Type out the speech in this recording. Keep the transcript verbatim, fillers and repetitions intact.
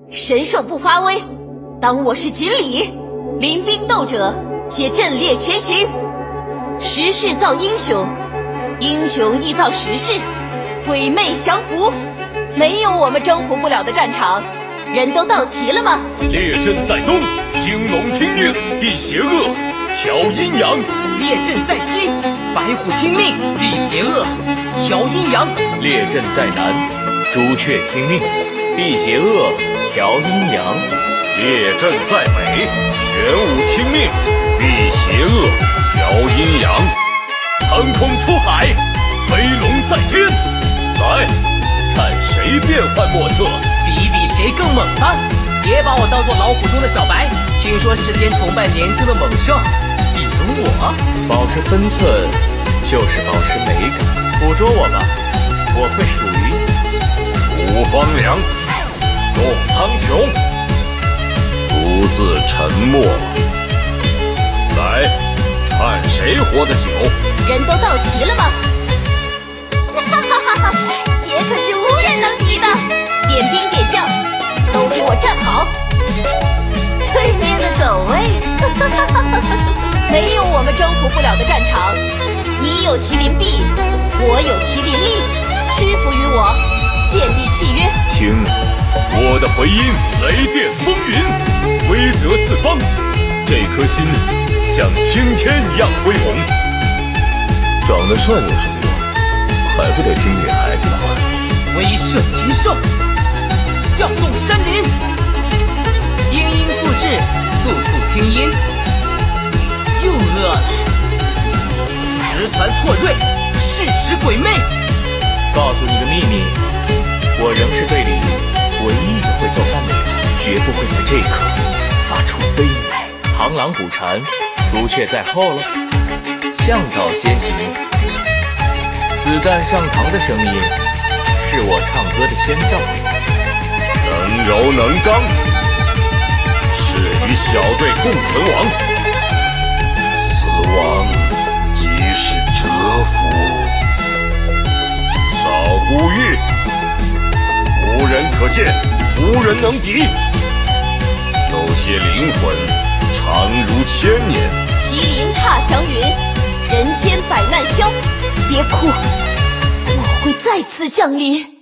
神兽不发威，当我是锦鲤。临兵斗者，皆阵列前行。时势造英雄，英雄亦造时势。鬼魅降服，没有我们征服不了的战场。人都到齐了吗？ 列阵在东，青龙听命，避邪恶，调阴阳。 列阵在西，白虎听命，避邪恶，调阴阳。 列阵在南，朱雀听命，避邪恶，调阴阳。 列阵在北，玄武听命，避邪恶，调阴阳。腾空出海，飞龙在天。来，看谁变幻莫测， 比一比谁更猛吧！别把我当做老虎中的小白。听说世间崇拜年轻的猛兽，比如我。 保持分寸，就是保持美感。捕捉我吧，我会属于你。 楚方良，动苍穹，独自沉默。来，看谁活得久。 人都到齐了吗？哈哈哈哈！杰克是无人能敌的。点兵点将，都给我站好。对面的走位，哈哈哈哈哈！没有我们征服不了的战场。你有麒麟臂，我有麒麟力，屈服于我，建立契约。 听，我的回音，雷电风云，威泽四方。这颗心像青天一样恢宏。长得帅有什么用？还不得听女孩子的话。 威慑禽兽，笑动山林。阴阴素质，素素清音。又饿了。直团错锐，适时鬼魅。 告诉你个秘密，我仍是队里唯一一个会做饭的人，绝不会在这一刻发出悲哀。螳螂捕蝉，朱雀在后了，向导先行。子弹上膛的声音，是我唱歌的先兆。 能柔能刚，是与小队共存亡。死亡即是蛰伏。扫孤域，无人可见，无人能敌。有些灵魂长如千年。 麒麟踏祥云，人间百难消。别哭，我会再次降临。